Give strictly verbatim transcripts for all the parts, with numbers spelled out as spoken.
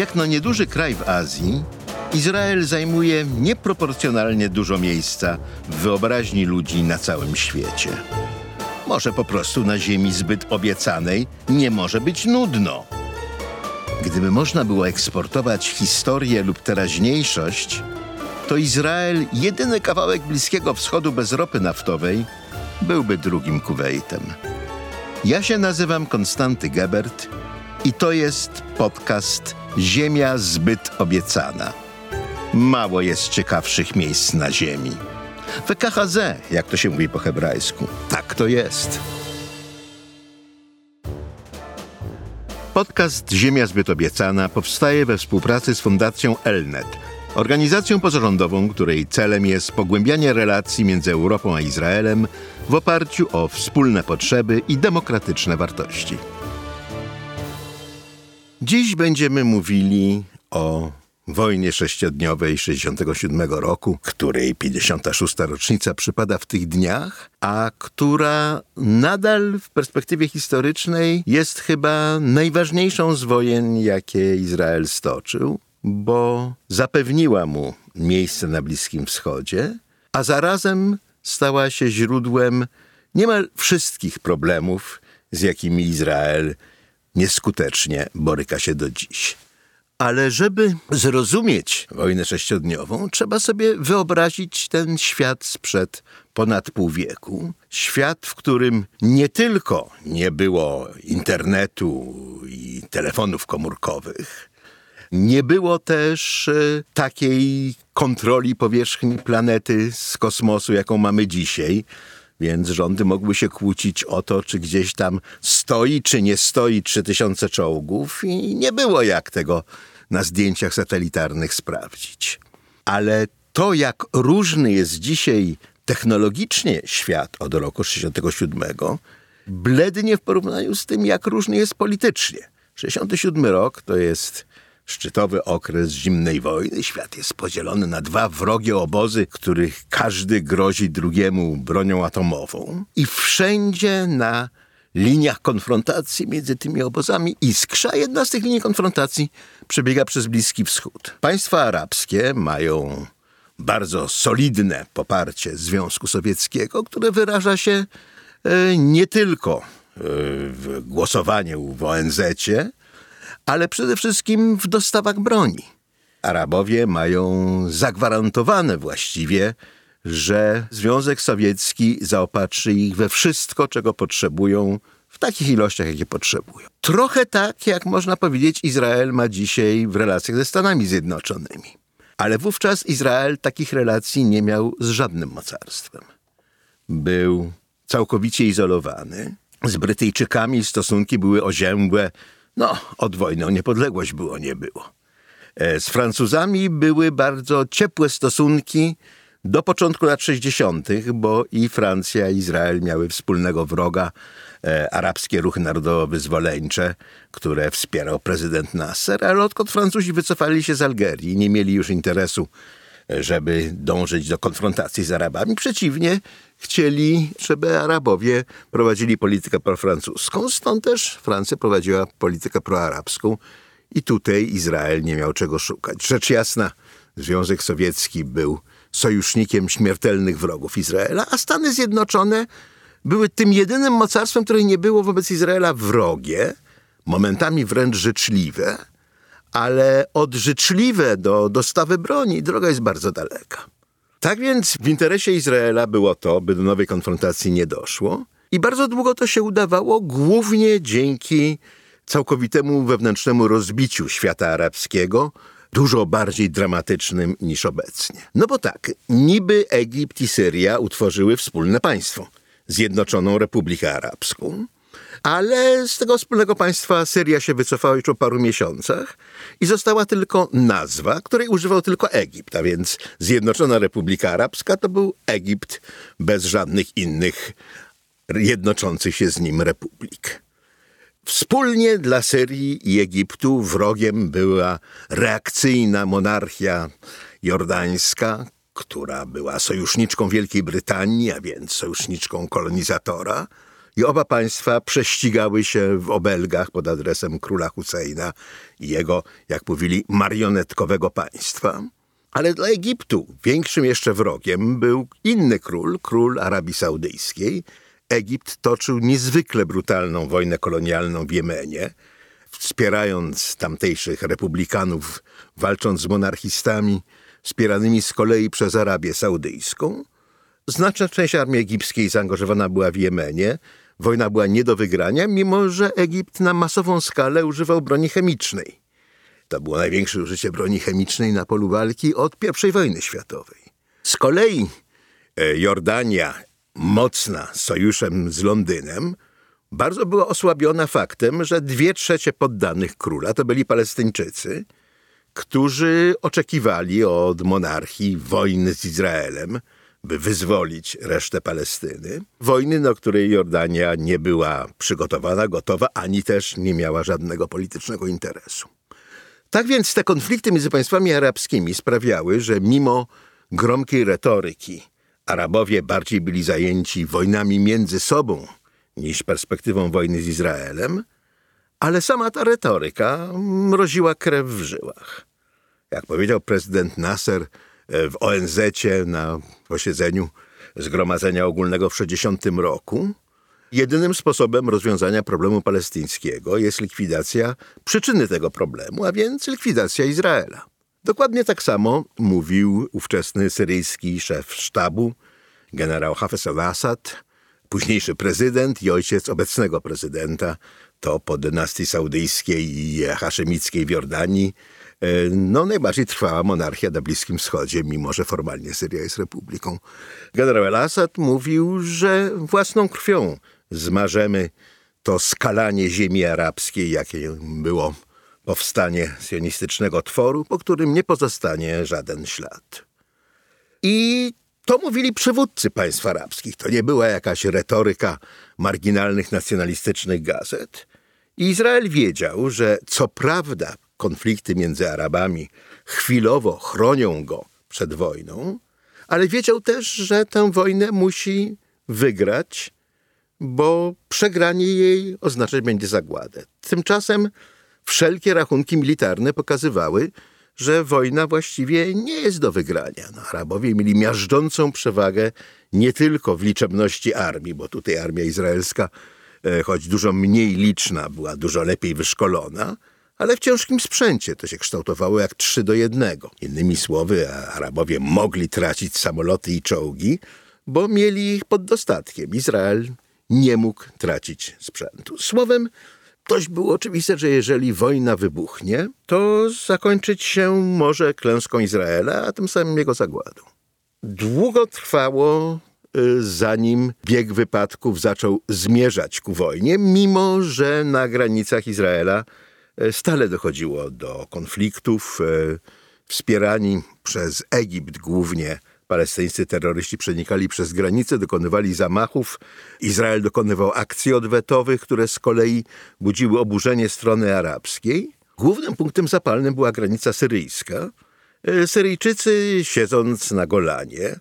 Jak na nieduży kraj w Azji, Izrael zajmuje nieproporcjonalnie dużo miejsca w wyobraźni ludzi na całym świecie. Może po prostu na ziemi zbyt obiecanej nie może być nudno. Gdyby można było eksportować historię lub teraźniejszość, to Izrael, jedyny kawałek Bliskiego Wschodu bez ropy naftowej, byłby drugim Kuwejtem. Ja się nazywam Konstanty Gebert i to jest podcast Ziemia zbyt obiecana. Mało jest ciekawszych miejsc na ziemi. W K H Z, jak to się mówi po hebrajsku. Tak to jest. Podcast Ziemia zbyt obiecana powstaje we współpracy z Fundacją Elnet, organizacją pozarządową, której celem jest pogłębianie relacji między Europą a Izraelem w oparciu o wspólne potrzeby i demokratyczne wartości. Dziś będziemy mówili o wojnie sześciodniowej sześćdziesiątego siódmego roku, której pięćdziesiąta szósta rocznica przypada w tych dniach, a która nadal w perspektywie historycznej jest chyba najważniejszą z wojen, jakie Izrael stoczył, bo zapewniła mu miejsce na Bliskim Wschodzie, a zarazem stała się źródłem niemal wszystkich problemów, z jakimi Izrael nieskutecznie boryka się do dziś. Ale żeby zrozumieć wojnę sześciodniową, trzeba sobie wyobrazić ten świat sprzed ponad pół wieku. Świat, w którym nie tylko nie było internetu i telefonów komórkowych, nie było też e, takiej kontroli powierzchni planety z kosmosu, jaką mamy dzisiaj, więc rządy mogły się kłócić o to, czy gdzieś tam stoi, czy nie stoi trzy tysiące czołgów i nie było jak tego na zdjęciach satelitarnych sprawdzić. Ale to, jak różny jest dzisiaj technologicznie świat od roku sześćdziesiątego siódmego, blednie w porównaniu z tym, jak różny jest politycznie. sześćdziesiąty siódmy rok to jest szczytowy okres zimnej wojny. Świat jest podzielony na dwa wrogie obozy, których każdy grozi drugiemu bronią atomową. I wszędzie na liniach konfrontacji między tymi obozami iskrzy. Jedna z tych linii konfrontacji przebiega przez Bliski Wschód. Państwa arabskie mają bardzo solidne poparcie Związku Sowieckiego, które wyraża się e, nie tylko e, w głosowaniu w O N zecie, ale przede wszystkim w dostawach broni. Arabowie mają zagwarantowane właściwie, że Związek Sowiecki zaopatrzy ich we wszystko, czego potrzebują, w takich ilościach, jakie potrzebują. Trochę tak, jak można powiedzieć, Izrael ma dzisiaj w relacjach ze Stanami Zjednoczonymi. Ale wówczas Izrael takich relacji nie miał z żadnym mocarstwem. Był całkowicie izolowany. Z Brytyjczykami stosunki były oziębłe. No, od wojny o niepodległość było, nie było. Z Francuzami były bardzo ciepłe stosunki do początku lat sześćdziesiątych, bo i Francja, i Izrael miały wspólnego wroga, e, arabskie ruchy narodowo-wyzwoleńcze, które wspierał prezydent Nasser, ale odkąd Francuzi wycofali się z Algerii, nie mieli już interesu, żeby dążyć do konfrontacji z Arabami. Przeciwnie, chcieli, żeby Arabowie prowadzili politykę profrancuską, stąd też Francja prowadziła politykę proarabską i tutaj Izrael nie miał czego szukać. Rzecz jasna, Związek Sowiecki był sojusznikiem śmiertelnych wrogów Izraela, a Stany Zjednoczone były tym jedynym mocarstwem, które nie było wobec Izraela wrogie, momentami wręcz życzliwe, ale od życzliwe do dostawy broni droga jest bardzo daleka. Tak więc w interesie Izraela było to, by do nowej konfrontacji nie doszło i bardzo długo to się udawało, głównie dzięki całkowitemu wewnętrznemu rozbiciu świata arabskiego, dużo bardziej dramatycznym niż obecnie. No bo tak, niby Egipt i Syria utworzyły wspólne państwo, Zjednoczoną Republikę Arabską, ale z tego wspólnego państwa Syria się wycofała już po paru miesiącach i została tylko nazwa, której używał tylko Egipt, a więc Zjednoczona Republika Arabska to był Egipt bez żadnych innych jednoczących się z nim republik. Wspólnie dla Syrii i Egiptu wrogiem była reakcyjna monarchia jordańska, która była sojuszniczką Wielkiej Brytanii, a więc sojuszniczką kolonizatora, i oba państwa prześcigały się w obelgach pod adresem króla Husseina i jego, jak mówili, marionetkowego państwa. Ale dla Egiptu większym jeszcze wrogiem był inny król, król Arabii Saudyjskiej. Egipt toczył niezwykle brutalną wojnę kolonialną w Jemenie, wspierając tamtejszych republikanów, walcząc z monarchistami, wspieranymi z kolei przez Arabię Saudyjską. Znaczna część armii egipskiej zaangażowana była w Jemenie. Wojna była nie do wygrania, mimo że Egipt na masową skalę używał broni chemicznej. To było największe użycie broni chemicznej na polu walki od pierwszej wojny światowej. Z kolei Jordania, mocna sojuszem z Londynem, bardzo była osłabiona faktem, że dwie trzecie poddanych króla to byli Palestyńczycy, którzy oczekiwali od monarchii wojny z Izraelem, by wyzwolić resztę Palestyny. Wojny, do której Jordania nie była przygotowana, gotowa, ani też nie miała żadnego politycznego interesu. Tak więc te konflikty między państwami arabskimi sprawiały, że mimo gromkiej retoryki Arabowie bardziej byli zajęci wojnami między sobą niż perspektywą wojny z Izraelem, ale sama ta retoryka mroziła krew w żyłach. Jak powiedział prezydent Nasser w O N Z-cie na posiedzeniu Zgromadzenia Ogólnego w tysiąc dziewięćset sześćdziesiątym roku, jedynym sposobem rozwiązania problemu palestyńskiego jest likwidacja przyczyny tego problemu, a więc likwidacja Izraela. Dokładnie tak samo mówił ówczesny syryjski szef sztabu, generał Hafez al-Assad, późniejszy prezydent i ojciec obecnego prezydenta. To po dynastii saudyjskiej i haszemickiej w Jordanii no najbardziej trwała monarchia na Bliskim Wschodzie, mimo że formalnie Syria jest republiką. Generał al-Assad mówił, że własną krwią zmarzemy to skalanie ziemi arabskiej, jakie było powstanie sionistycznego tworu, po którym nie pozostanie żaden ślad. I to mówili przywódcy państw arabskich. To nie była jakaś retoryka marginalnych nacjonalistycznych gazet. I Izrael wiedział, że co prawda konflikty między Arabami chwilowo chronią go przed wojną, ale wiedział też, że tę wojnę musi wygrać, bo przegranie jej oznaczać będzie zagładę. Tymczasem wszelkie rachunki militarne pokazywały, że wojna właściwie nie jest do wygrania. No, Arabowie mieli miażdżącą przewagę nie tylko w liczebności armii, bo tutaj armia izraelska, choć dużo mniej liczna, była dużo lepiej wyszkolona, ale w ciężkim sprzęcie. To się kształtowało jak trzy do jednego. Innymi słowy, Arabowie mogli tracić samoloty i czołgi, bo mieli ich pod dostatkiem. Izrael nie mógł tracić sprzętu. Słowem, dość było oczywiste, że jeżeli wojna wybuchnie, to zakończyć się może klęską Izraela, a tym samym jego zagładą. Długo trwało, zanim bieg wypadków zaczął zmierzać ku wojnie, mimo że na granicach Izraela stale dochodziło do konfliktów. Wspierani przez Egipt głównie palestyńscy terroryści przenikali przez granicę, dokonywali zamachów. Izrael dokonywał akcji odwetowych, które z kolei budziły oburzenie strony arabskiej. Głównym punktem zapalnym była granica syryjska. Syryjczycy, siedząc na Golanie,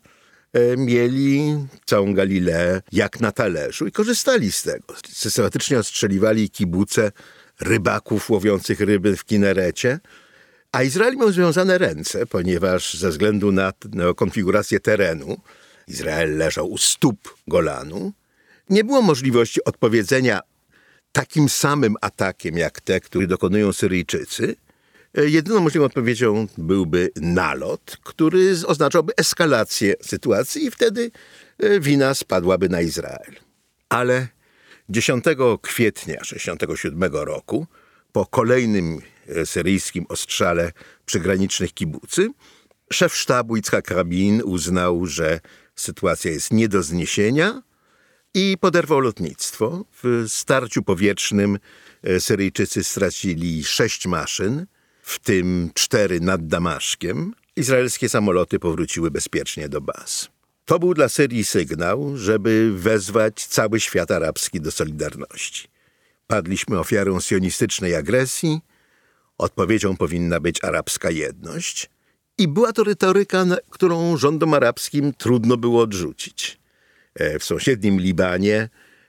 mieli całą Galileę jak na talerzu i korzystali z tego. Systematycznie ostrzeliwali kibuce rybaków łowiących ryby w Kinerecie, a Izrael miał związane ręce, ponieważ ze względu na, na konfigurację terenu, Izrael leżał u stóp Golanu, nie było możliwości odpowiedzenia takim samym atakiem jak te, które dokonują Syryjczycy. Jedyną możliwą odpowiedzią byłby nalot, który oznaczałby eskalację sytuacji i wtedy wina spadłaby na Izrael. Ale dziesiątego kwietnia tysiąc dziewięćset sześćdziesiątego siódmego roku, po kolejnym syryjskim ostrzale przygranicznych kibucy, szef sztabu Yitzhak Rabin uznał, że sytuacja jest nie do zniesienia i poderwał lotnictwo. W starciu powietrznym Syryjczycy stracili sześć maszyn, w tym cztery nad Damaszkiem. Izraelskie samoloty powróciły bezpiecznie do baz. To był dla Syrii sygnał, żeby wezwać cały świat arabski do solidarności. Padliśmy ofiarą sionistycznej agresji, odpowiedzią powinna być arabska jedność i była to retoryka, którą rządom arabskim trudno było odrzucić. W sąsiednim Libanie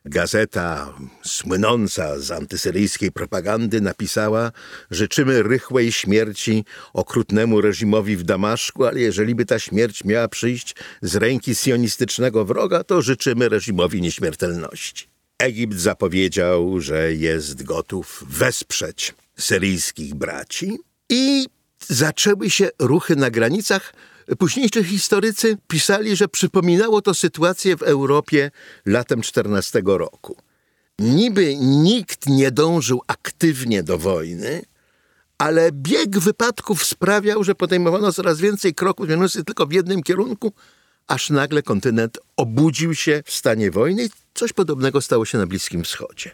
gazeta słynąca z antysyryjskiej propagandy napisała: życzymy rychłej śmierci okrutnemu reżimowi w Damaszku, ale jeżeli by ta śmierć miała przyjść z ręki sionistycznego wroga, to życzymy reżimowi nieśmiertelności. Egipt zapowiedział, że jest gotów wesprzeć syryjskich braci i zaczęły się ruchy na granicach. Późniejsi historycy pisali, że przypominało to sytuację w Europie latem czternastego roku. Niby nikt nie dążył aktywnie do wojny, ale bieg wypadków sprawiał, że podejmowano coraz więcej kroków mających tylko w jednym kierunku, aż nagle kontynent obudził się w stanie wojny i coś podobnego stało się na Bliskim Wschodzie.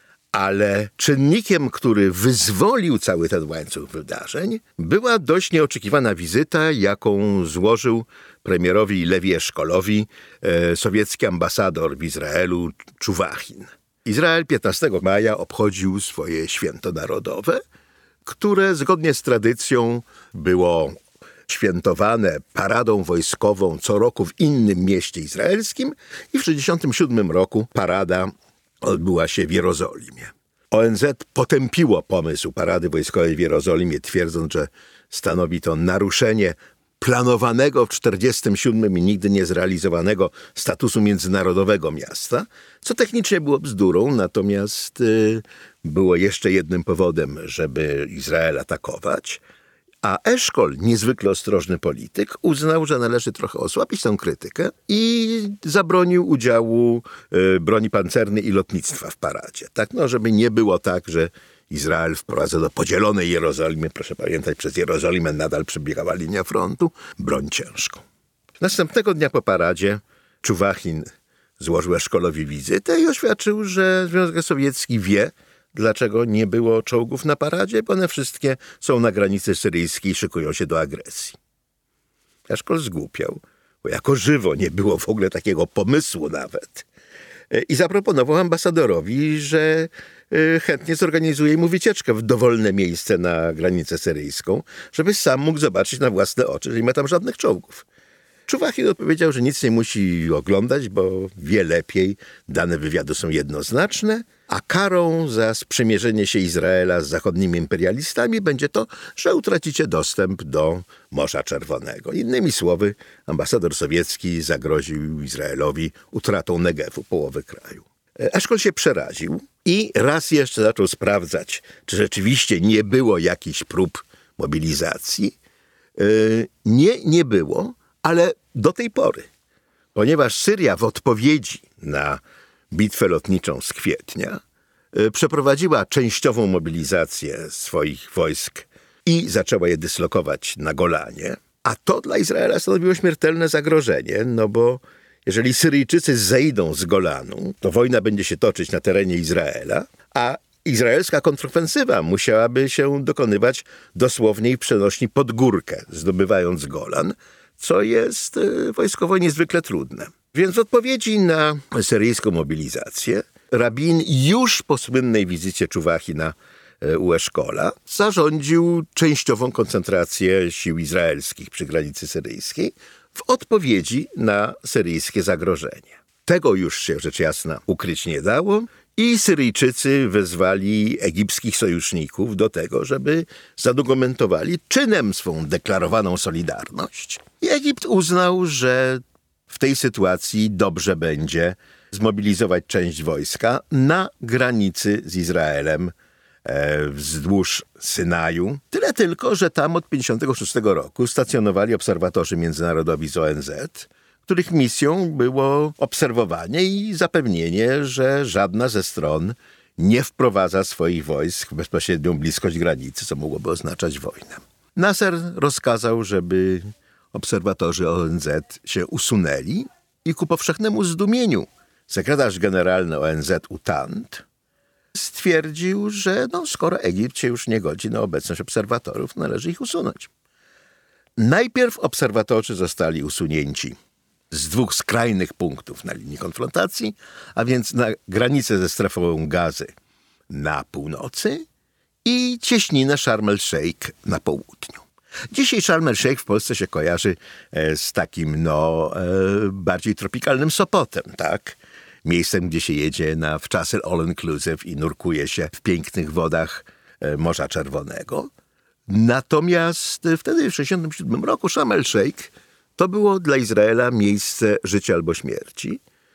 Ale czynnikiem, który wyzwolił cały ten łańcuch wydarzeń, była dość nieoczekiwana wizyta, jaką złożył premierowi Lewi Eszkolowi e, sowiecki ambasador w Izraelu Czuwachin. Izrael piętnastego maja obchodził swoje święto narodowe, które zgodnie z tradycją było świętowane paradą wojskową co roku w innym mieście izraelskim i w tysiąc dziewięćset sześćdziesiątym siódmym roku parada odbyła się w Jerozolimie. O N Z potępiło pomysł parady wojskowej w Jerozolimie, twierdząc, że stanowi to naruszenie planowanego w tysiąc dziewięćset czterdziestym siódmym i nigdy nie zrealizowanego statusu międzynarodowego miasta, co technicznie było bzdurą, natomiast y, było jeszcze jednym powodem, żeby Izrael atakować. A Eszkol, niezwykle ostrożny polityk, uznał, że należy trochę osłabić tę krytykę i zabronił udziału y, broni pancernej i lotnictwa w paradzie. Tak, no, żeby nie było tak, że Izrael wprowadza do podzielonej Jerozolimy, proszę pamiętać, przez Jerozolimę nadal przebiegała linia frontu, broń ciężką. Następnego dnia po paradzie Czuwachin złożył Eszkolowi wizytę i oświadczył, że Związek Sowiecki wie, dlaczego nie było czołgów na paradzie, bo one wszystkie są na granicy syryjskiej i szykują się do agresji. Eszkol zgłupiał, bo jako żywo nie było w ogóle takiego pomysłu nawet. I zaproponował ambasadorowi, że chętnie zorganizuje mu wycieczkę w dowolne miejsce na granicę syryjską, żeby sam mógł zobaczyć na własne oczy, że nie ma tam żadnych czołgów. Czuwachin odpowiedział, że nic nie musi oglądać, bo wie lepiej, dane wywiadu są jednoznaczne, a karą za sprzymierzenie się Izraela z zachodnimi imperialistami będzie to, że utracicie dostęp do Morza Czerwonego. Innymi słowy, ambasador sowiecki zagroził Izraelowi utratą Negewu, połowy kraju. Eszkol się przeraził i raz jeszcze zaczął sprawdzać, czy rzeczywiście nie było jakichś prób mobilizacji. Nie, nie było, ale do tej pory, ponieważ Syria w odpowiedzi na bitwę lotniczą z kwietnia przeprowadziła częściową mobilizację swoich wojsk i zaczęła je dyslokować na Golanie, a to dla Izraela stanowiło śmiertelne zagrożenie, no bo jeżeli Syryjczycy zejdą z Golanu, to wojna będzie się toczyć na terenie Izraela, a izraelska kontrofensywa musiałaby się dokonywać dosłownie w przenośni pod górkę, zdobywając Golan, co jest wojskowo niezwykle trudne. Więc w odpowiedzi na syryjską mobilizację Rabin już po słynnej wizycie Czuwachina u Eszkola zarządził częściową koncentrację sił izraelskich przy granicy syryjskiej w odpowiedzi na syryjskie zagrożenie. Tego już się rzecz jasna ukryć nie dało i Syryjczycy wezwali egipskich sojuszników do tego, żeby zadokumentowali czynem swą deklarowaną solidarność. I Egipt uznał, że w tej sytuacji dobrze będzie zmobilizować część wojska na granicy z Izraelem e, wzdłuż Synaju. Tyle tylko, że tam od tysiąc dziewięćset pięćdziesiątego szóstego roku stacjonowali obserwatorzy międzynarodowi z O N Z, których misją było obserwowanie i zapewnienie, że żadna ze stron nie wprowadza swoich wojsk w bezpośrednią bliskość granicy, co mogłoby oznaczać wojnę. Nasser rozkazał, żeby obserwatorzy O N Z się usunęli i ku powszechnemu zdumieniu sekretarz generalny O N Z U Tant stwierdził, że no, skoro Egipt się już nie godzi na obecność obserwatorów, należy ich usunąć. Najpierw obserwatorzy zostali usunięci z dwóch skrajnych punktów na linii konfrontacji, a więc na granicę ze strefą Gazy na północy i cieśninę Sharm el-Sheikh na południu. Dzisiaj Sharm el-Sheikh w Polsce się kojarzy z takim no, bardziej tropikalnym Sopotem, tak? miejscem, gdzie się jedzie na wczasy all inclusive i nurkuje się w pięknych wodach Morza Czerwonego. Natomiast wtedy w tysiąc dziewięćset sześćdziesiątym siódmym roku Sharm el-Sheikh to było dla Izraela miejsce życia albo śmierci,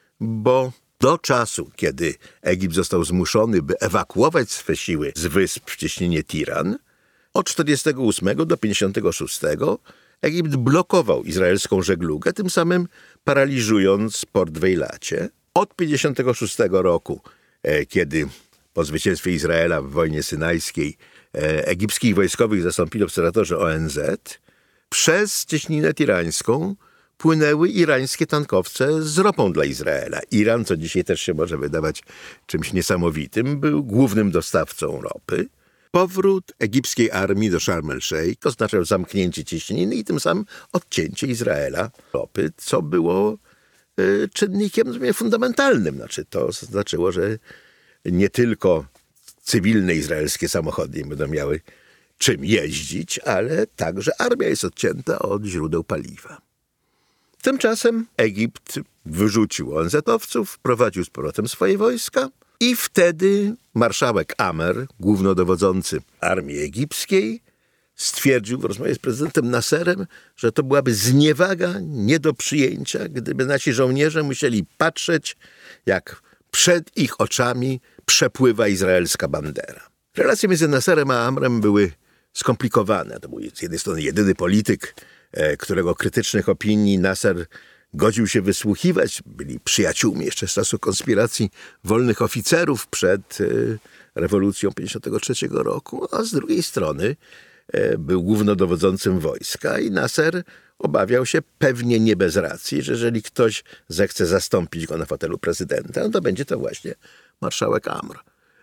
bo do czasu, kiedy Egipt został zmuszony, by ewakuować swe siły z wysp w cieśninie Tiran, od czterdziestego ósmego do pięćdziesiątego szóstego Egipt blokował izraelską żeglugę, tym samym paraliżując port w Ejlacie. Od pięćdziesiątego szóstego roku, kiedy po zwycięstwie Izraela w wojnie synajskiej egipskich wojskowych zastąpili obserwatorzy O N Z, przez cieśninę tirańską płynęły irańskie tankowce z ropą dla Izraela. Iran, co dzisiaj też się może wydawać czymś niesamowitym, był głównym dostawcą ropy. Powrót egipskiej armii do Sharm el-Sheikh oznaczał zamknięcie cieśniny i tym samym odcięcie Izraela ropy, co było y, czynnikiem fundamentalnym. Znaczy, to znaczyło, że nie tylko cywilne izraelskie samochody nie będą miały czym jeździć, ale także armia jest odcięta od źródeł paliwa. Tymczasem Egipt wyrzucił O N Z-owców, wprowadził z powrotem swoje wojska i wtedy marszałek Amer, głównodowodzący armii egipskiej, stwierdził w rozmowie z prezydentem Nasserem, że to byłaby zniewaga nie do przyjęcia, gdyby nasi żołnierze musieli patrzeć, jak przed ich oczami przepływa izraelska bandera. Relacje między Nasserem a Amrem były skomplikowane. To był z jednej strony jedyny polityk, którego krytycznych opinii Nasser godził się wysłuchiwać. Byli przyjaciółmi jeszcze z czasu konspiracji wolnych oficerów przed rewolucją pięćdziesiątego trzeciego roku, a z drugiej strony był głównodowodzącym wojska i Nasser obawiał się, pewnie nie bez racji, że jeżeli ktoś zechce zastąpić go na fotelu prezydenta, no to będzie to właśnie marszałek Amr.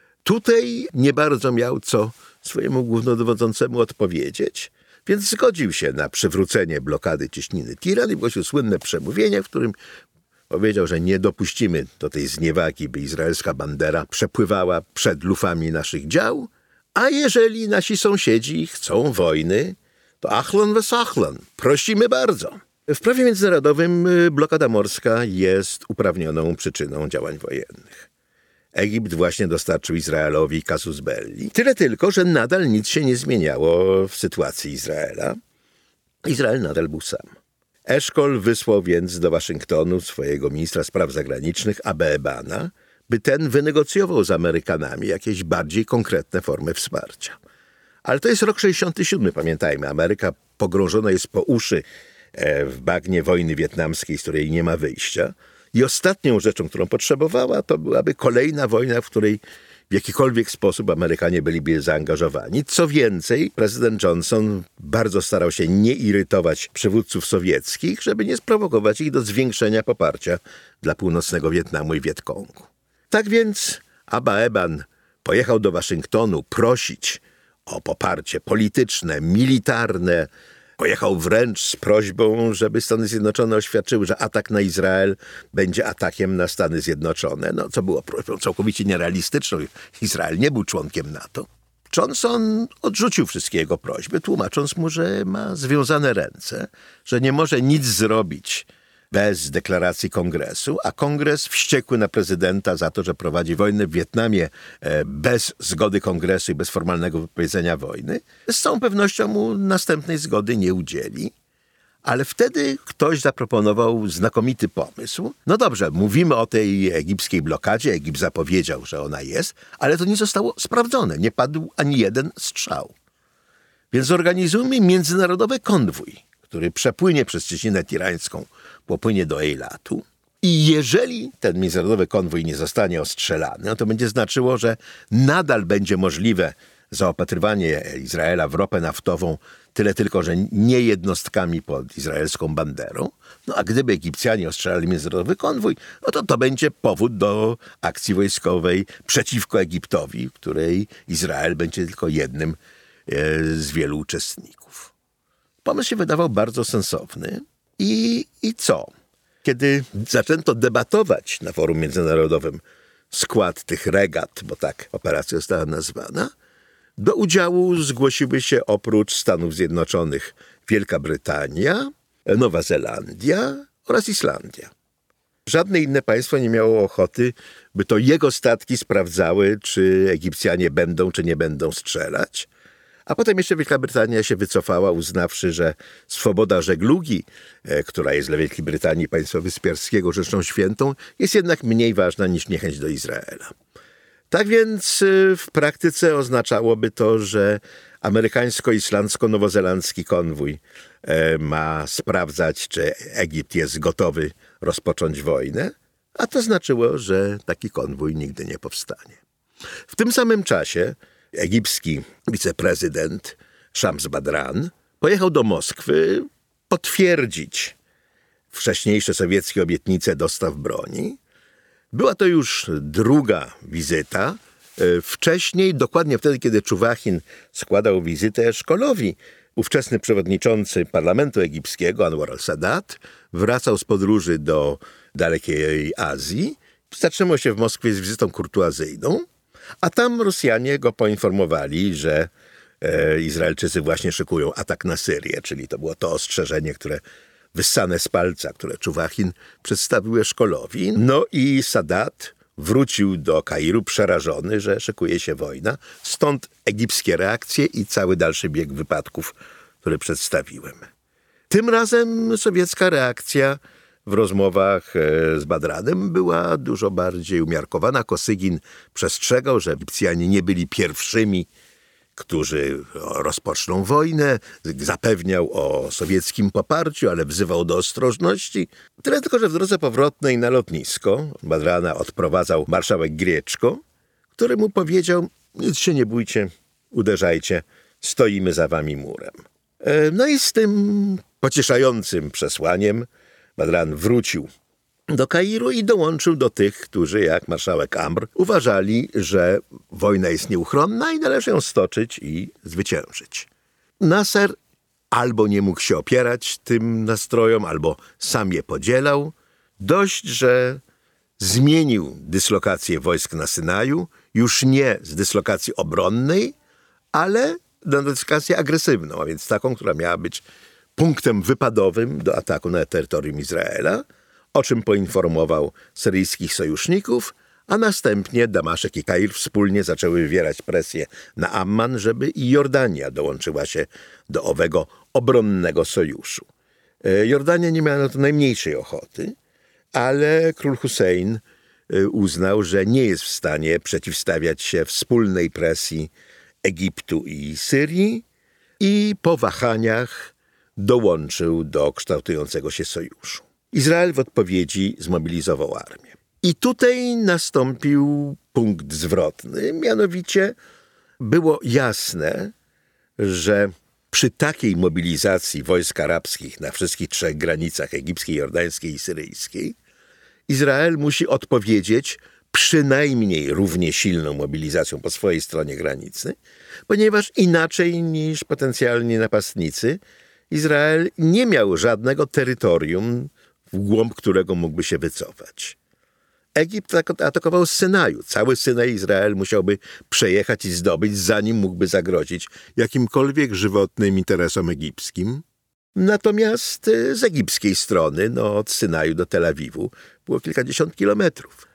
Tutaj nie bardzo miał co swojemu głównodowodzącemu odpowiedzieć, więc zgodził się na przywrócenie blokady cieśniny Tiran i wygłosił słynne przemówienie, w którym powiedział, że nie dopuścimy do tej zniewagi, by izraelska bandera przepływała przed lufami naszych dział, a jeżeli nasi sąsiedzi chcą wojny, to achlan vesachlan, prosimy bardzo. W prawie międzynarodowym blokada morska jest uprawnioną przyczyną działań wojennych. Egipt właśnie dostarczył Izraelowi casus belli. Tyle tylko, że nadal nic się nie zmieniało w sytuacji Izraela. Izrael nadal był sam. Eszkol wysłał więc do Waszyngtonu swojego ministra spraw zagranicznych Abba Ebana, by ten wynegocjował z Amerykanami jakieś bardziej konkretne formy wsparcia. Ale to jest rok sześćdziesiąty siódmy, pamiętajmy. Ameryka pogrążona jest po uszy w bagnie wojny wietnamskiej, z której nie ma wyjścia. I ostatnią rzeczą, którą potrzebowała, to byłaby kolejna wojna, w której w jakikolwiek sposób Amerykanie byliby zaangażowani. Co więcej, prezydent Johnson bardzo starał się nie irytować przywódców sowieckich, żeby nie sprowokować ich do zwiększenia poparcia dla północnego Wietnamu i Wietkongu. Tak więc Abba Eban pojechał do Waszyngtonu prosić o poparcie polityczne, militarne. Pojechał wręcz z prośbą, żeby Stany Zjednoczone oświadczyły, że atak na Izrael będzie atakiem na Stany Zjednoczone, no, co było prośbą całkowicie nierealistyczną. Izrael nie był członkiem NATO. Johnson odrzucił wszystkie jego prośby, tłumacząc mu, że ma związane ręce, że nie może nic zrobić bez deklaracji kongresu, a kongres wściekły na prezydenta za to, że prowadzi wojnę w Wietnamie bez zgody kongresu i bez formalnego wypowiedzenia wojny, z całą pewnością mu następnej zgody nie udzieli. Ale wtedy ktoś zaproponował znakomity pomysł. No dobrze, mówimy o tej egipskiej blokadzie, Egipt zapowiedział, że ona jest, ale to nie zostało sprawdzone, nie padł ani jeden strzał. Więc zorganizujmy międzynarodowy konwój, który przepłynie przez cieśninę tirańską, popłynie do Ejlatu. I jeżeli ten międzynarodowy konwój nie zostanie ostrzelany, no to będzie znaczyło, że nadal będzie możliwe zaopatrywanie Izraela w ropę naftową, tyle tylko, że nie jednostkami pod izraelską banderą. No a gdyby Egipcjanie ostrzelali międzynarodowy konwój, no to to będzie powód do akcji wojskowej przeciwko Egiptowi, w której Izrael będzie tylko jednym z wielu uczestników. Pomysł się wydawał bardzo sensowny. I, I co? Kiedy zaczęto debatować na forum międzynarodowym skład tych regat, bo tak operacja została nazwana, do udziału zgłosiły się oprócz Stanów Zjednoczonych Wielka Brytania, Nowa Zelandia oraz Islandia. Żadne inne państwo nie miało ochoty, by to jego statki sprawdzały, czy Egipcjanie będą, czy nie będą strzelać. A potem jeszcze Wielka Brytania się wycofała, uznawszy, że swoboda żeglugi, e, która jest dla Wielkiej Brytanii państwa wyspiarskiego rzeczą świętą, jest jednak mniej ważna niż niechęć do Izraela. Tak więc e, w praktyce oznaczałoby to, że amerykańsko-islandzko-nowozelandzki konwój e, ma sprawdzać, czy Egipt jest gotowy rozpocząć wojnę, a to znaczyło, że taki konwój nigdy nie powstanie. W tym samym czasie egipski wiceprezydent Shams Badran pojechał do Moskwy potwierdzić wcześniejsze sowieckie obietnice dostaw broni. Była to już druga wizyta. Wcześniej, dokładnie wtedy, kiedy Czuwachin składał wizytę Eszkolowi, ówczesny przewodniczący parlamentu egipskiego Anwar al-Sadat wracał z podróży do dalekiej Azji. Zatrzymał się w Moskwie z wizytą kurtuazyjną, a tam Rosjanie go poinformowali, że e, Izraelczycy właśnie szykują atak na Syrię, czyli to było to ostrzeżenie, które wyssane z palca, które Czuwachin przedstawił Eszkolowi. No i Sadat wrócił do Kairu przerażony, że szykuje się wojna. Stąd egipskie reakcje i cały dalszy bieg wypadków, które przedstawiłem. Tym razem sowiecka reakcja w rozmowach z Badranem była dużo bardziej umiarkowana. Kosygin przestrzegał, że Egipcjanie nie byli pierwszymi, którzy rozpoczną wojnę. Zapewniał o sowieckim poparciu, ale wzywał do ostrożności. Tyle tylko, że w drodze powrotnej na lotnisko Badrana odprowadzał marszałek Grieczko, który mu powiedział: nic się nie bójcie, uderzajcie, stoimy za wami murem. No i z tym pocieszającym przesłaniem Badran wrócił do Kairu i dołączył do tych, którzy, jak marszałek Amr, uważali, że wojna jest nieuchronna i należy ją stoczyć i zwyciężyć. Nasser albo nie mógł się opierać tym nastrojom, albo sam je podzielał. Dość, że zmienił dyslokację wojsk na Synaju, już nie z dyslokacji obronnej, ale na dyslokację agresywną, a więc taką, która miała być punktem wypadowym do ataku na terytorium Izraela, o czym poinformował syryjskich sojuszników, a następnie Damaszek i Kair wspólnie zaczęły wywierać presję na Amman, żeby i Jordania dołączyła się do owego obronnego sojuszu. Jordania nie miała na to najmniejszej ochoty, ale król Hussein uznał, że nie jest w stanie przeciwstawiać się wspólnej presji Egiptu i Syrii i po wahaniach dołączył do kształtującego się sojuszu. Izrael w odpowiedzi zmobilizował armię. I tutaj nastąpił punkt zwrotny, mianowicie było jasne, że przy takiej mobilizacji wojsk arabskich na wszystkich trzech granicach egipskiej, jordańskiej i syryjskiej Izrael musi odpowiedzieć przynajmniej równie silną mobilizacją po swojej stronie granicy, ponieważ inaczej niż potencjalni napastnicy Izrael nie miał żadnego terytorium, w głąb którego mógłby się wycofać. Egipt atakował z Synaju. Cały Synaj Izrael musiałby przejechać i zdobyć, zanim mógłby zagrozić jakimkolwiek żywotnym interesom egipskim. Natomiast z egipskiej strony, no od Synaju do Tel Awiwu, było kilkadziesiąt kilometrów.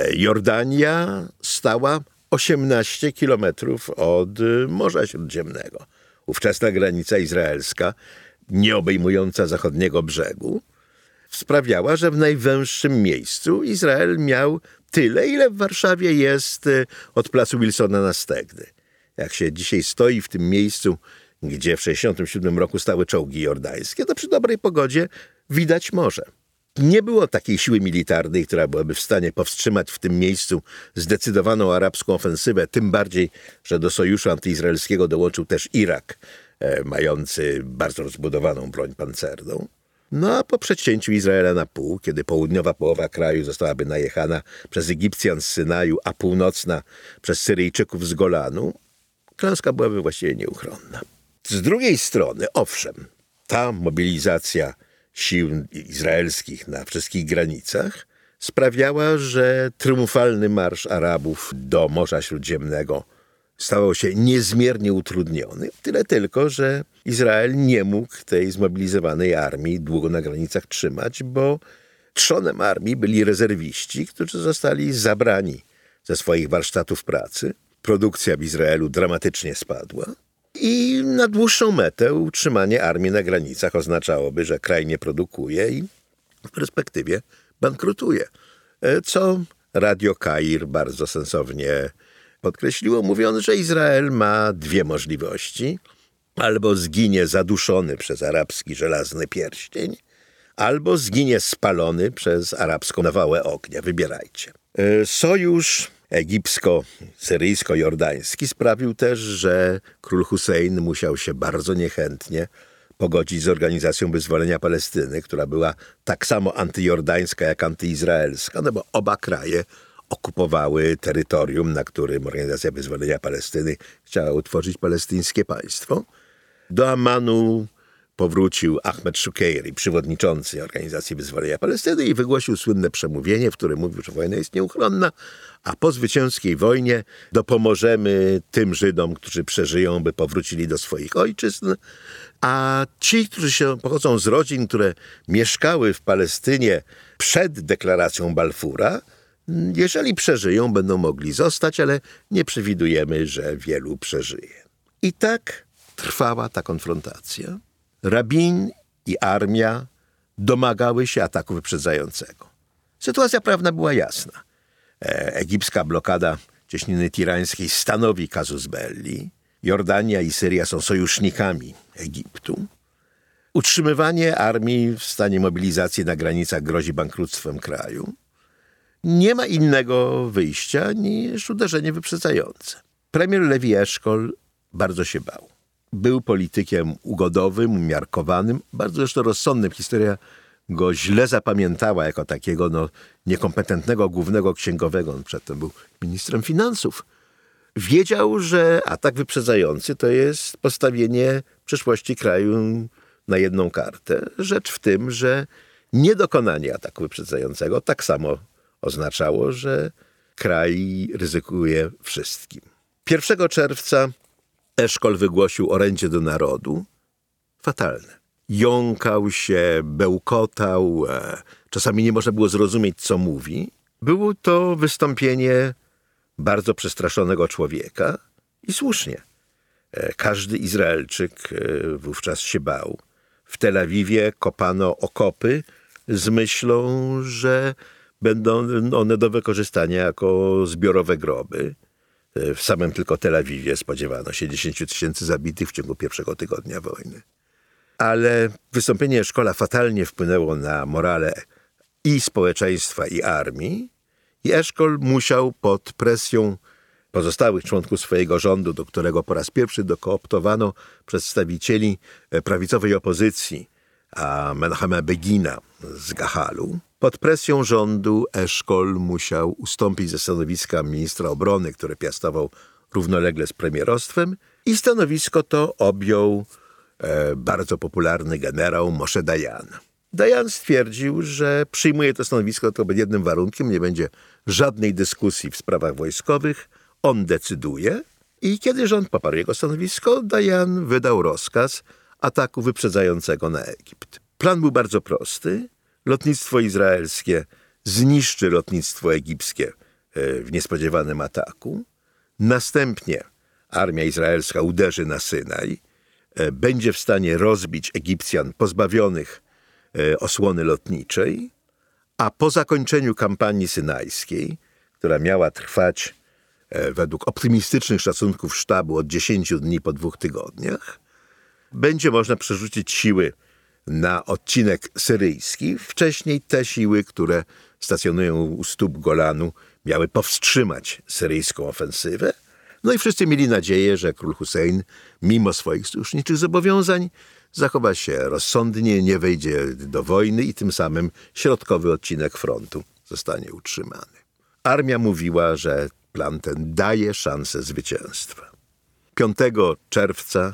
Jordania stała osiemnaście kilometrów od Morza Śródziemnego. Ówczesna granica izraelska, nie obejmująca zachodniego brzegu, sprawiała, że w najwęższym miejscu Izrael miał tyle, ile w Warszawie jest od placu Wilsona na Stegny. Jak się dzisiaj stoi w tym miejscu, gdzie w sześćdziesiątym siódmym roku stały czołgi jordańskie, to przy dobrej pogodzie widać morze. Nie było takiej siły militarnej, która byłaby w stanie powstrzymać w tym miejscu zdecydowaną arabską ofensywę, tym bardziej, że do sojuszu antyizraelskiego dołączył też Irak, e, mający bardzo rozbudowaną broń pancerną. No a po przecięciu Izraela na pół, kiedy południowa połowa kraju zostałaby najechana przez Egipcjan z Synaju, a północna przez Syryjczyków z Golanu, klęska byłaby właściwie nieuchronna. Z drugiej strony, owszem, ta mobilizacja sił izraelskich na wszystkich granicach sprawiała, że triumfalny marsz Arabów do Morza Śródziemnego stawał się niezmiernie utrudniony. Tyle tylko, że Izrael nie mógł tej zmobilizowanej armii długo na granicach trzymać, bo Trzonem armii byli rezerwiści, którzy zostali zabrani ze swoich warsztatów pracy. Produkcja w Izraelu dramatycznie spadła. I na dłuższą metę utrzymanie armii na granicach oznaczałoby, że kraj nie produkuje i w perspektywie bankrutuje. Co Radio Kair bardzo sensownie podkreśliło, mówiąc, że Izrael ma dwie możliwości. Albo zginie zaduszony przez arabski żelazny pierścień, albo zginie spalony przez arabską nawałę ognia. Wybierajcie. Sojusz egipsko-syryjsko-jordański sprawił też, że król Hussein musiał się bardzo niechętnie pogodzić z Organizacją Wyzwolenia Palestyny, która była tak samo antyjordańska jak antyizraelska, no bo oba kraje okupowały terytorium, na którym Organizacja Wyzwolenia Palestyny chciała utworzyć palestyńskie państwo. Do Ammanu powrócił Ahmed Shukeiri, przewodniczący Organizacji Wyzwolenia Palestyny, i wygłosił słynne przemówienie, w którym mówił, że wojna jest nieuchronna, a po zwycięskiej wojnie dopomożemy tym Żydom, którzy przeżyją, by powrócili do swoich ojczyzn, a ci, którzy się pochodzą z rodzin, które mieszkały w Palestynie przed deklaracją Balfura, jeżeli przeżyją, będą mogli zostać, ale nie przewidujemy, że wielu przeżyje. I tak trwała ta konfrontacja. Rabin i armia domagały się ataku wyprzedzającego. Sytuacja prawna była jasna. E, egipska blokada cieśniny tirańskiej stanowi casus belli. Jordania i Syria są sojusznikami Egiptu. Utrzymywanie armii w stanie mobilizacji na granicach grozi bankructwem kraju. Nie ma innego wyjścia niż uderzenie wyprzedzające. Premier Levi Eszkol bardzo się bał. Był politykiem ugodowym, umiarkowanym, bardzo zresztą rozsądnym. Historia go źle zapamiętała jako takiego no, niekompetentnego głównego księgowego. On przedtem był ministrem finansów. Wiedział, że atak wyprzedzający to jest postawienie przyszłości kraju na jedną kartę. Rzecz w tym, że niedokonanie ataku wyprzedzającego tak samo oznaczało, że kraj ryzykuje wszystkim. pierwszego czerwca Eszkol wygłosił orędzie do narodu. Fatalne. Jąkał się, bełkotał, e, czasami nie można było zrozumieć, co mówi. Było to wystąpienie bardzo przestraszonego człowieka i słusznie. E, każdy Izraelczyk e, wówczas się bał. W Tel Awiwie kopano okopy z myślą, że będą one do wykorzystania jako zbiorowe groby. W samym tylko Tel Awiwie spodziewano się dziesięciu tysięcy zabitych w ciągu pierwszego tygodnia wojny. Ale wystąpienie Eszkola fatalnie wpłynęło na morale i społeczeństwa, i armii. I Eszkol musiał pod presją pozostałych członków swojego rządu, do którego po raz pierwszy dokooptowano przedstawicieli prawicowej opozycji, a Menachema Begina z Gahalu. Pod presją rządu Eszkol musiał ustąpić ze stanowiska ministra obrony, które piastował równolegle z premierostwem, i stanowisko to objął e, bardzo popularny generał Moshe Dayan. Dayan stwierdził, że przyjmuje to stanowisko tylko pod jednym warunkiem: nie będzie żadnej dyskusji w sprawach wojskowych, on decyduje. I kiedy rząd poparł jego stanowisko, Dayan wydał rozkaz ataku wyprzedzającego na Egipt. Plan był bardzo prosty. Lotnictwo izraelskie zniszczy lotnictwo egipskie w niespodziewanym ataku. Następnie armia izraelska uderzy na Synaj, będzie w stanie rozbić Egipcjan pozbawionych osłony lotniczej, a po zakończeniu kampanii synajskiej, która miała trwać według optymistycznych szacunków sztabu od dziesięciu dni po dwóch tygodniach, będzie można przerzucić siły na odcinek syryjski. Wcześniej te siły, które stacjonują u stóp Golanu, miały powstrzymać syryjską ofensywę. No i wszyscy mieli nadzieję, że król Hussein, mimo swoich sojuszniczych zobowiązań, zachowa się rozsądnie, nie wejdzie do wojny i tym samym środkowy odcinek frontu zostanie utrzymany. Armia mówiła, że plan ten daje szansę zwycięstwa. piątego czerwca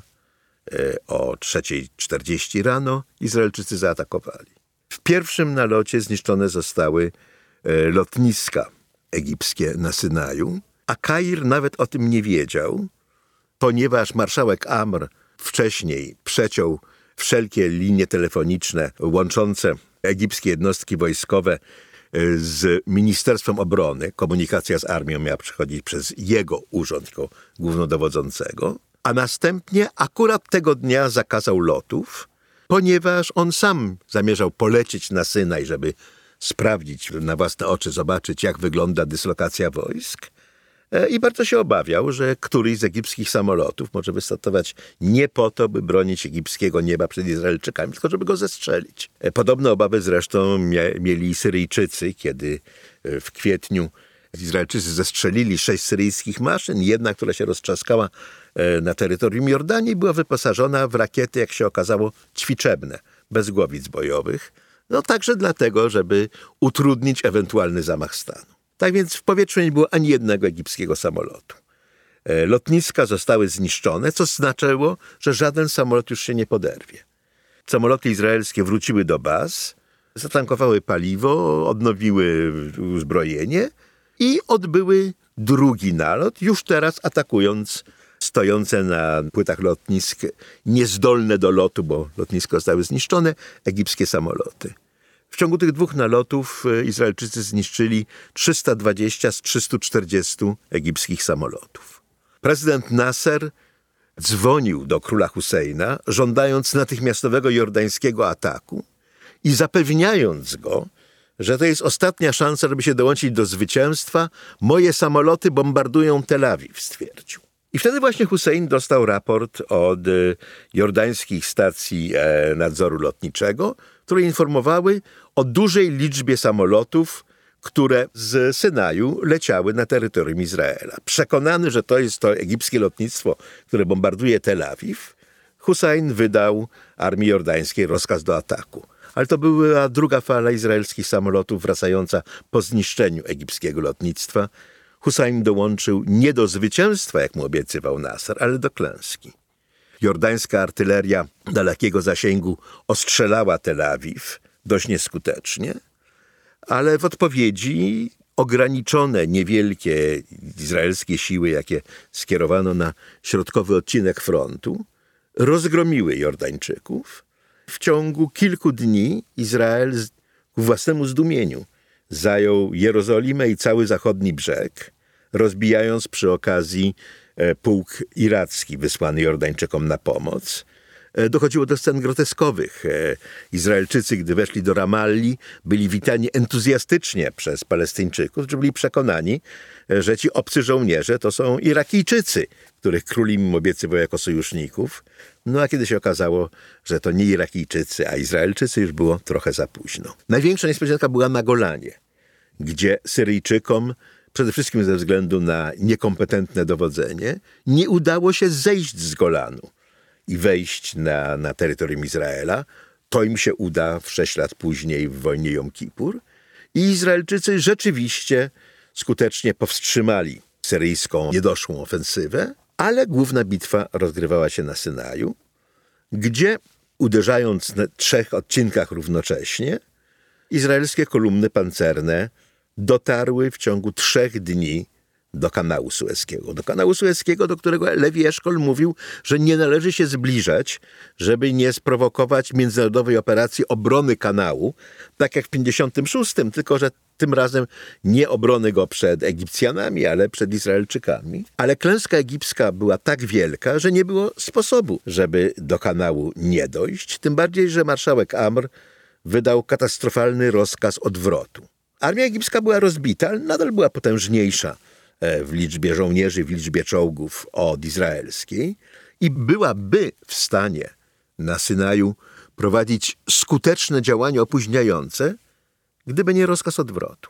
o trzeciej czterdzieści rano Izraelczycy zaatakowali. W pierwszym nalocie zniszczone zostały lotniska egipskie na Synaju, a Kair nawet o tym nie wiedział, ponieważ marszałek Amr wcześniej przeciął wszelkie linie telefoniczne łączące egipskie jednostki wojskowe z Ministerstwem Obrony. Komunikacja z armią miała przechodzić przez jego urząd jako głównodowodzącego. A następnie akurat tego dnia zakazał lotów, ponieważ on sam zamierzał polecieć na Synaj, żeby sprawdzić na własne oczy, zobaczyć, jak wygląda dyslokacja wojsk. I bardzo się obawiał, że któryś z egipskich samolotów może wystartować nie po to, by bronić egipskiego nieba przed Izraelczykami, tylko żeby go zestrzelić. Podobne obawy zresztą mia- mieli Syryjczycy, kiedy w kwietniu Izraelczycy zestrzelili sześć syryjskich maszyn. Jedna, która się roztrzaskała na terytorium Jordanii, była wyposażona w rakiety, jak się okazało, ćwiczebne, bez głowic bojowych. No także dlatego, żeby utrudnić ewentualny zamach stanu. Tak więc w powietrzu nie było ani jednego egipskiego samolotu. Lotniska zostały zniszczone, co znaczyło, że żaden samolot już się nie poderwie. Samoloty izraelskie wróciły do baz, zatankowały paliwo, odnowiły uzbrojenie i odbyły drugi nalot, już teraz atakując stojące na płytach lotnisk, niezdolne do lotu, bo lotniska zostały zniszczone, egipskie samoloty. W ciągu tych dwóch nalotów Izraelczycy zniszczyli trzysta dwadzieścia z trzystu czterdziestu egipskich samolotów. Prezydent Nasser dzwonił do króla Husseina, żądając natychmiastowego jordańskiego ataku i zapewniając go, że to jest ostatnia szansa, żeby się dołączyć do zwycięstwa. Moje samoloty bombardują Tel Awiw, stwierdził. I wtedy właśnie Hussein dostał raport od jordańskich stacji nadzoru lotniczego, które informowały o dużej liczbie samolotów, które z Synaju leciały na terytorium Izraela. Przekonany, że to jest to egipskie lotnictwo, które bombarduje Tel Awiw, Hussein wydał armii jordańskiej rozkaz do ataku. Ale to była druga fala izraelskich samolotów wracająca po zniszczeniu egipskiego lotnictwa. Hussein dołączył nie do zwycięstwa, jak mu obiecywał Nasser, ale do klęski. Jordańska artyleria dalekiego zasięgu ostrzelała Tel Awiw dość nieskutecznie, ale w odpowiedzi ograniczone, niewielkie izraelskie siły, jakie skierowano na środkowy odcinek frontu, rozgromiły Jordańczyków. W ciągu kilku dni Izrael ku własnemu zdumieniu zajął Jerozolimę i cały zachodni brzeg, rozbijając przy okazji pułk iracki wysłany Jordańczykom na pomoc. Dochodziło do scen groteskowych. Izraelczycy, gdy weszli do Ramalli, byli witani entuzjastycznie przez Palestyńczyków, którzy byli przekonani, że ci obcy żołnierze to są Irakijczycy, których król im obiecywał jako sojuszników. No a kiedy się okazało, że to nie Irakijczycy, a Izraelczycy, już było trochę za późno. Największa niespodzianka była na Golanie, gdzie Syryjczykom, przede wszystkim ze względu na niekompetentne dowodzenie, nie udało się zejść z Golanu i wejść na, na terytorium Izraela. To im się uda w sześć lat później w wojnie Jom Kippur. I Izraelczycy rzeczywiście skutecznie powstrzymali syryjską niedoszłą ofensywę, ale główna bitwa rozgrywała się na Synaju, gdzie uderzając na trzech odcinkach równocześnie, izraelskie kolumny pancerne dotarły w ciągu trzech dni do kanału Sueskiego. Do kanału Sueskiego, do którego Lewi Eszkol mówił, że nie należy się zbliżać, żeby nie sprowokować międzynarodowej operacji obrony kanału, tak jak w pięćdziesiątym szóstym, tylko że tym razem nie obrony go przed Egipcjanami, ale przed Izraelczykami. Ale klęska egipska była tak wielka, że nie było sposobu, żeby do kanału nie dojść. Tym bardziej, że marszałek Amr wydał katastrofalny rozkaz odwrotu. Armia egipska była rozbita, ale nadal była potężniejsza w liczbie żołnierzy, w liczbie czołgów od izraelskiej i byłaby w stanie na Synaju prowadzić skuteczne działania opóźniające, gdyby nie rozkaz odwrotu.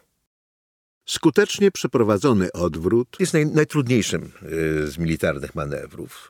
Skutecznie przeprowadzony odwrót jest naj, najtrudniejszym z militarnych manewrów.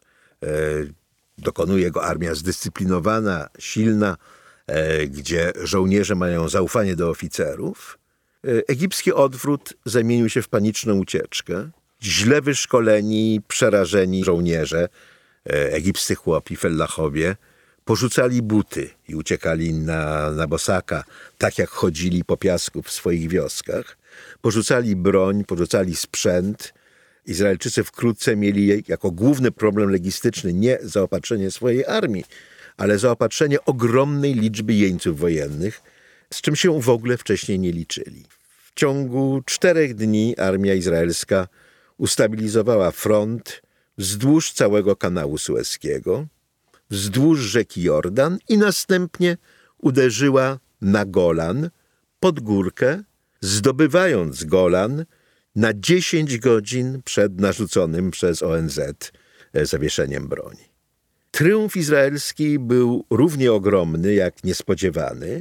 Dokonuje go armia zdyscyplinowana, silna, gdzie żołnierze mają zaufanie do oficerów. Egipski odwrót zamienił się w paniczną ucieczkę. Źle wyszkoleni, przerażeni żołnierze, egipscy chłopi, fellachowie, porzucali buty i uciekali na, na bosaka, tak jak chodzili po piasku w swoich wioskach. Porzucali broń, porzucali sprzęt. Izraelczycy wkrótce mieli jako główny problem logistyczny nie zaopatrzenie swojej armii, ale zaopatrzenie ogromnej liczby jeńców wojennych, z czym się w ogóle wcześniej nie liczyli. W ciągu czterech dni armia izraelska ustabilizowała front wzdłuż całego kanału Sueskiego, wzdłuż rzeki Jordan i następnie uderzyła na Golan, pod górkę, zdobywając Golan na dziesięć godzin przed narzuconym przez O N Z zawieszeniem broni. Tryumf izraelski był równie ogromny jak niespodziewany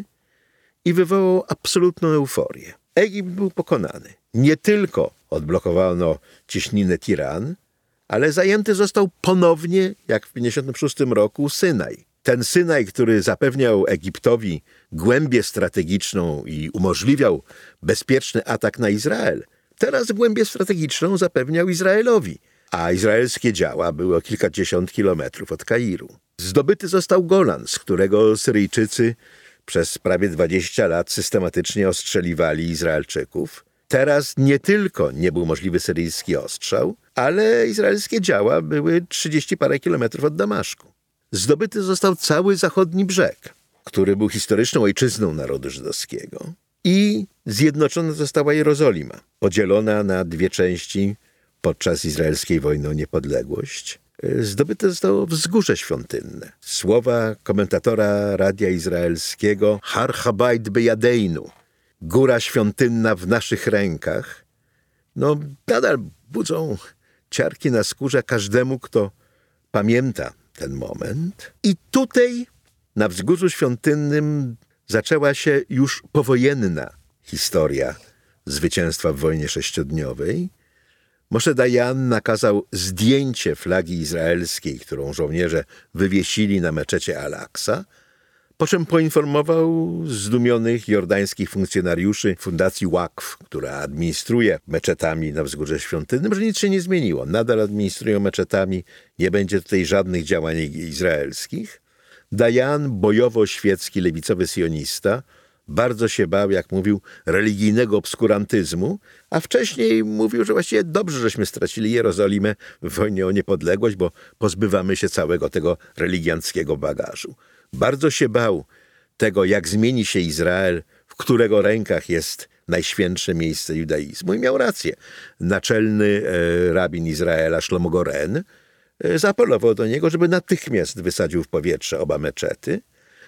i wywołał absolutną euforię. Egipt był pokonany. Nie tylko odblokowano cieśninę Tiran, ale zajęty został ponownie, jak w pięćdziesiątym szóstym roku, Synaj. Ten Synaj, który zapewniał Egiptowi głębię strategiczną i umożliwiał bezpieczny atak na Izrael, teraz głębię strategiczną zapewniał Izraelowi, a izraelskie działa były o kilkadziesiąt kilometrów od Kairu. Zdobyty został Golan, z którego Syryjczycy przez prawie dwadzieścia lat systematycznie ostrzeliwali Izraelczyków. Teraz nie tylko nie był możliwy syryjski ostrzał, ale izraelskie działa były trzydzieści parę kilometrów od Damaszku. Zdobyty został cały zachodni brzeg, który był historyczną ojczyzną narodu żydowskiego, i zjednoczona została Jerozolima, podzielona na dwie części podczas izraelskiej wojny o niepodległość. Zdobyte zostało Wzgórze Świątynne. Słowa komentatora radia izraelskiego Har Habayit Beyadeinu, Góra Świątynna w naszych rękach, no nadal budzą ciarki na skórze każdemu, kto pamięta ten moment. I tutaj na Wzgórzu Świątynnym zaczęła się już powojenna historia zwycięstwa w wojnie sześciodniowej. Moshe Dayan nakazał zdjęcie flagi izraelskiej, którą żołnierze wywiesili na meczecie Al-Aqsa, po czym poinformował zdumionych jordańskich funkcjonariuszy Fundacji Waqf, która administruje meczetami na Wzgórze Świątynnym, że nic się nie zmieniło. Nadal administrują meczetami, nie będzie tutaj żadnych działań izraelskich. Dayan, bojowo-świecki lewicowy sionista, bardzo się bał, jak mówił, religijnego obskurantyzmu, a wcześniej mówił, że właściwie dobrze, żeśmy stracili Jerozolimę w wojnie o niepodległość, bo pozbywamy się całego tego religianckiego bagażu. Bardzo się bał tego, jak zmieni się Izrael, w którego rękach jest najświętsze miejsce judaizmu. I miał rację. Naczelny e, rabin Izraela Shlomo Goren e, zaapelował do niego, żeby natychmiast wysadził w powietrze oba meczety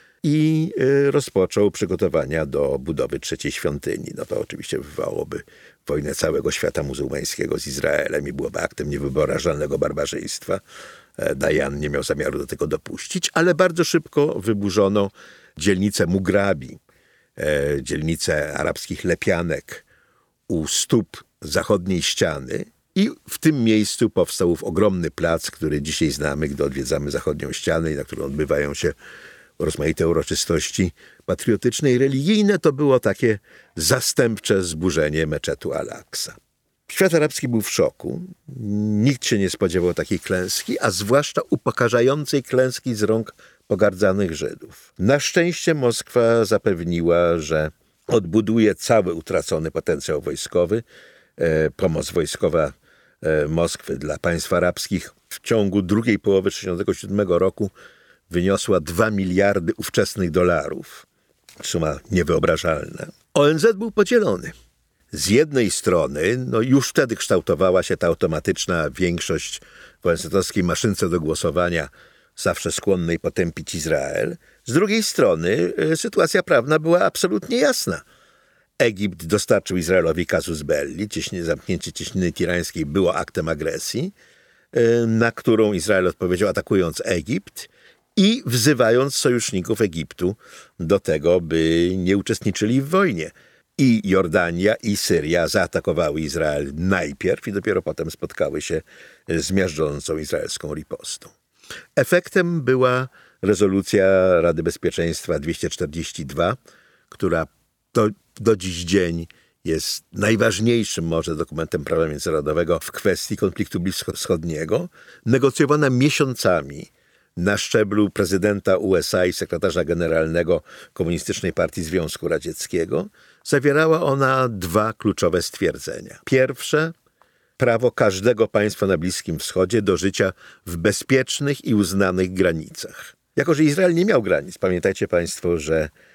i e, rozpoczął przygotowania do budowy trzeciej świątyni. No to oczywiście wywołałoby wojnę całego świata muzułmańskiego z Izraelem i byłoby aktem niewyobrażalnego barbarzyństwa. Dayan nie miał zamiaru do tego dopuścić, ale bardzo szybko wyburzono dzielnicę Mugrabi, e, dzielnicę arabskich lepianek u stóp zachodniej ściany, i w tym miejscu powstał ogromny plac, który dzisiaj znamy, gdy odwiedzamy zachodnią ścianę i na którym odbywają się rozmaite uroczystości patriotyczne i religijne. To było takie zastępcze zburzenie meczetu Al-Aqsa. Świat arabski był w szoku. Nikt się nie spodziewał takiej klęski, a zwłaszcza upokarzającej klęski z rąk pogardzanych Żydów. Na szczęście Moskwa zapewniła, że odbuduje cały utracony potencjał wojskowy. E, pomoc wojskowa e, Moskwy dla państw arabskich w ciągu drugiej połowy tysiąc dziewięćset sześćdziesiątego siódmego roku wyniosła dwa miliardy ówczesnych dolarów. Suma niewyobrażalna. O N Z był podzielony. Z jednej strony, no już wtedy kształtowała się ta automatyczna większość w O N Z-owskiej maszynce do głosowania, zawsze skłonnej potępić Izrael. Z drugiej strony y, sytuacja prawna była absolutnie jasna. Egipt dostarczył Izraelowi casus belli, cieśnie, zamknięcie cieśniny tirańskiej było aktem agresji, y, na którą Izrael odpowiedział atakując Egipt i wzywając sojuszników Egiptu do tego, by nie uczestniczyli w wojnie. I Jordania, i Syria zaatakowały Izrael najpierw i dopiero potem spotkały się z miażdżącą izraelską ripostą. Efektem była rezolucja Rady Bezpieczeństwa dwieście czterdzieści dwa, która do, do dziś dzień jest najważniejszym może dokumentem prawa międzynarodowego w kwestii konfliktu bliskowschodniego, negocjowana miesiącami na szczeblu prezydenta U S A i sekretarza generalnego Komunistycznej Partii Związku Radzieckiego. Zawierała ona dwa kluczowe stwierdzenia. Pierwsze, prawo każdego państwa na Bliskim Wschodzie do życia w bezpiecznych i uznanych granicach. Jako że Izrael nie miał granic, pamiętajcie państwo, że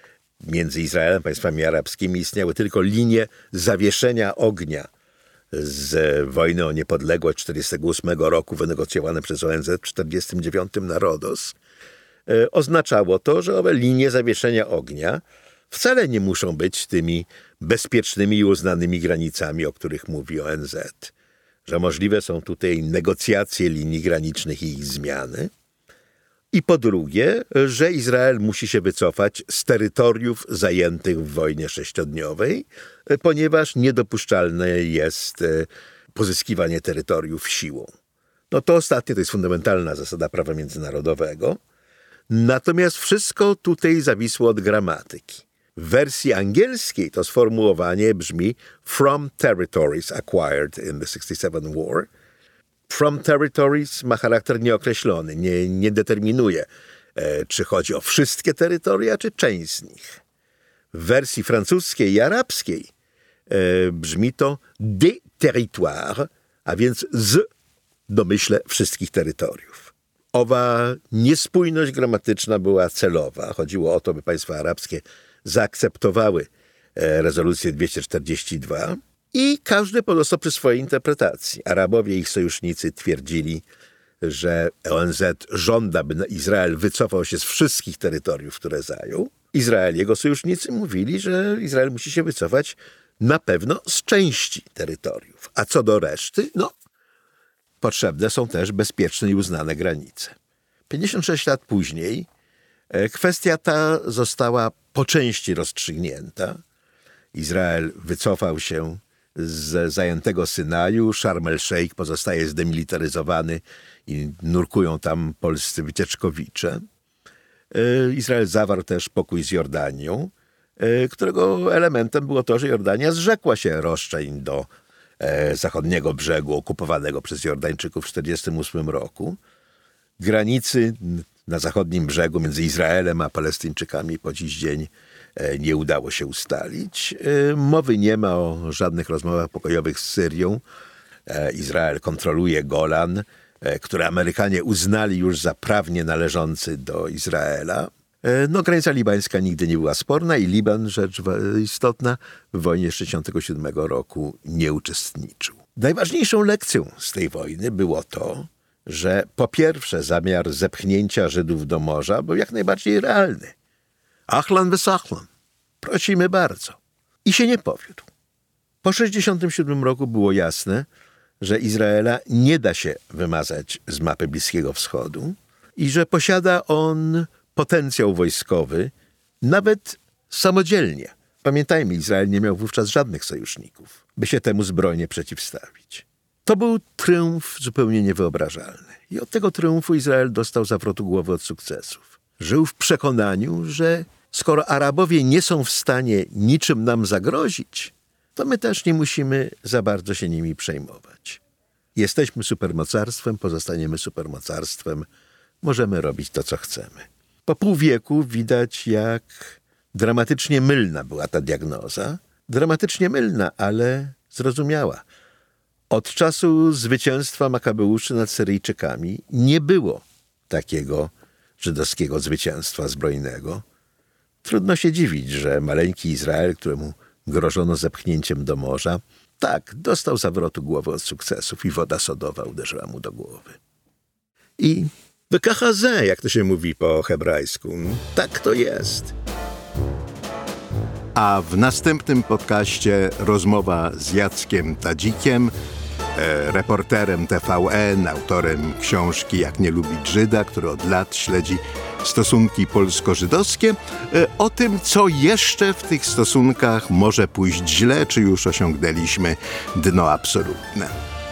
między Izraelem, państwami arabskimi istniały tylko linie zawieszenia ognia z wojny o niepodległość czterdziestego ósmego roku, wynegocjowane przez O N Z w tysiąc dziewięćset czterdziestym dziewiątym na Rodos, oznaczało to, że owe linie zawieszenia ognia wcale nie muszą być tymi bezpiecznymi i uznanymi granicami, o których mówi O N Z. Że możliwe są tutaj negocjacje linii granicznych i ich zmiany. I po drugie, że Izrael musi się wycofać z terytoriów zajętych w wojnie sześciodniowej, ponieważ niedopuszczalne jest pozyskiwanie terytoriów siłą. No to ostatnie to jest fundamentalna zasada prawa międzynarodowego. Natomiast wszystko tutaj zawisło od gramatyki. W wersji angielskiej to sformułowanie brzmi from territories acquired in the sixty-seven war. From territories ma charakter nieokreślony, nie, nie determinuje, e, czy chodzi o wszystkie terytoria, czy część z nich. W wersji francuskiej i arabskiej e, brzmi to des territoires, a więc z, domyśle, wszystkich terytoriów. Owa niespójność gramatyczna była celowa. Chodziło o to, by państwa arabskie zaakceptowały e, rezolucję dwieście czterdzieści dwa i każdy pozostał przy swojej interpretacji. Arabowie i ich sojusznicy twierdzili, że O N Z żąda, by Izrael wycofał się z wszystkich terytoriów, które zajął. Izrael i jego sojusznicy mówili, że Izrael musi się wycofać na pewno z części terytoriów. A co do reszty, no, potrzebne są też bezpieczne i uznane granice. pięćdziesiąt sześć lat później kwestia ta została po części rozstrzygnięta. Izrael wycofał się z zajętego Synaju, Szarm el-Szejk pozostaje zdemilitaryzowany i nurkują tam polscy wycieczkowicze. Izrael zawarł też pokój z Jordanią, którego elementem było to, że Jordania zrzekła się roszczeń do zachodniego brzegu okupowanego przez Jordańczyków w tysiąc dziewięćset czterdziestym ósmym roku. Granicy na zachodnim brzegu między Izraelem a Palestyńczykami po dziś dzień nie udało się ustalić. Mowy nie ma o żadnych rozmowach pokojowych z Syrią. Izrael kontroluje Golan, który Amerykanie uznali już za prawnie należący do Izraela. No, granica libańska nigdy nie była sporna i Liban, rzecz istotna, w wojnie z tysiąc dziewięćset sześćdziesiątego siódmego roku nie uczestniczył. Najważniejszą lekcją z tej wojny było to, że po pierwsze zamiar zepchnięcia Żydów do morza był jak najbardziej realny. Achlan vesachlan. Prosimy bardzo. I się nie powiódł. Po tysiąc dziewięćset sześćdziesiątym siódmym roku było jasne, że Izraela nie da się wymazać z mapy Bliskiego Wschodu i że posiada on potencjał wojskowy nawet samodzielnie. Pamiętajmy, Izrael nie miał wówczas żadnych sojuszników, by się temu zbrojnie przeciwstawić. To był triumf zupełnie niewyobrażalny. I od tego triumfu Izrael dostał zawrotu głowy od sukcesów. Żył w przekonaniu, że skoro Arabowie nie są w stanie niczym nam zagrozić, to my też nie musimy za bardzo się nimi przejmować. Jesteśmy supermocarstwem, pozostaniemy supermocarstwem, możemy robić to, co chcemy. Po pół wieku widać, jak dramatycznie mylna była ta diagnoza. Dramatycznie mylna, ale zrozumiała. Od czasu zwycięstwa Makabeuszy nad Syryjczykami nie było takiego żydowskiego zwycięstwa zbrojnego. Trudno się dziwić, że maleńki Izrael, któremu grożono zepchnięciem do morza, tak, dostał zawrotu głowy od sukcesów i woda sodowa uderzyła mu do głowy. I bekachazę, jak to się mówi po hebrajsku, tak to jest. A w następnym podcaście rozmowa z Jackiem Tadzikiem, e, reporterem T V N, autorem książki Jak nie lubić Żyda, który od lat śledzi stosunki polsko-żydowskie, e, o tym, co jeszcze w tych stosunkach może pójść źle, czy już osiągnęliśmy dno absolutne.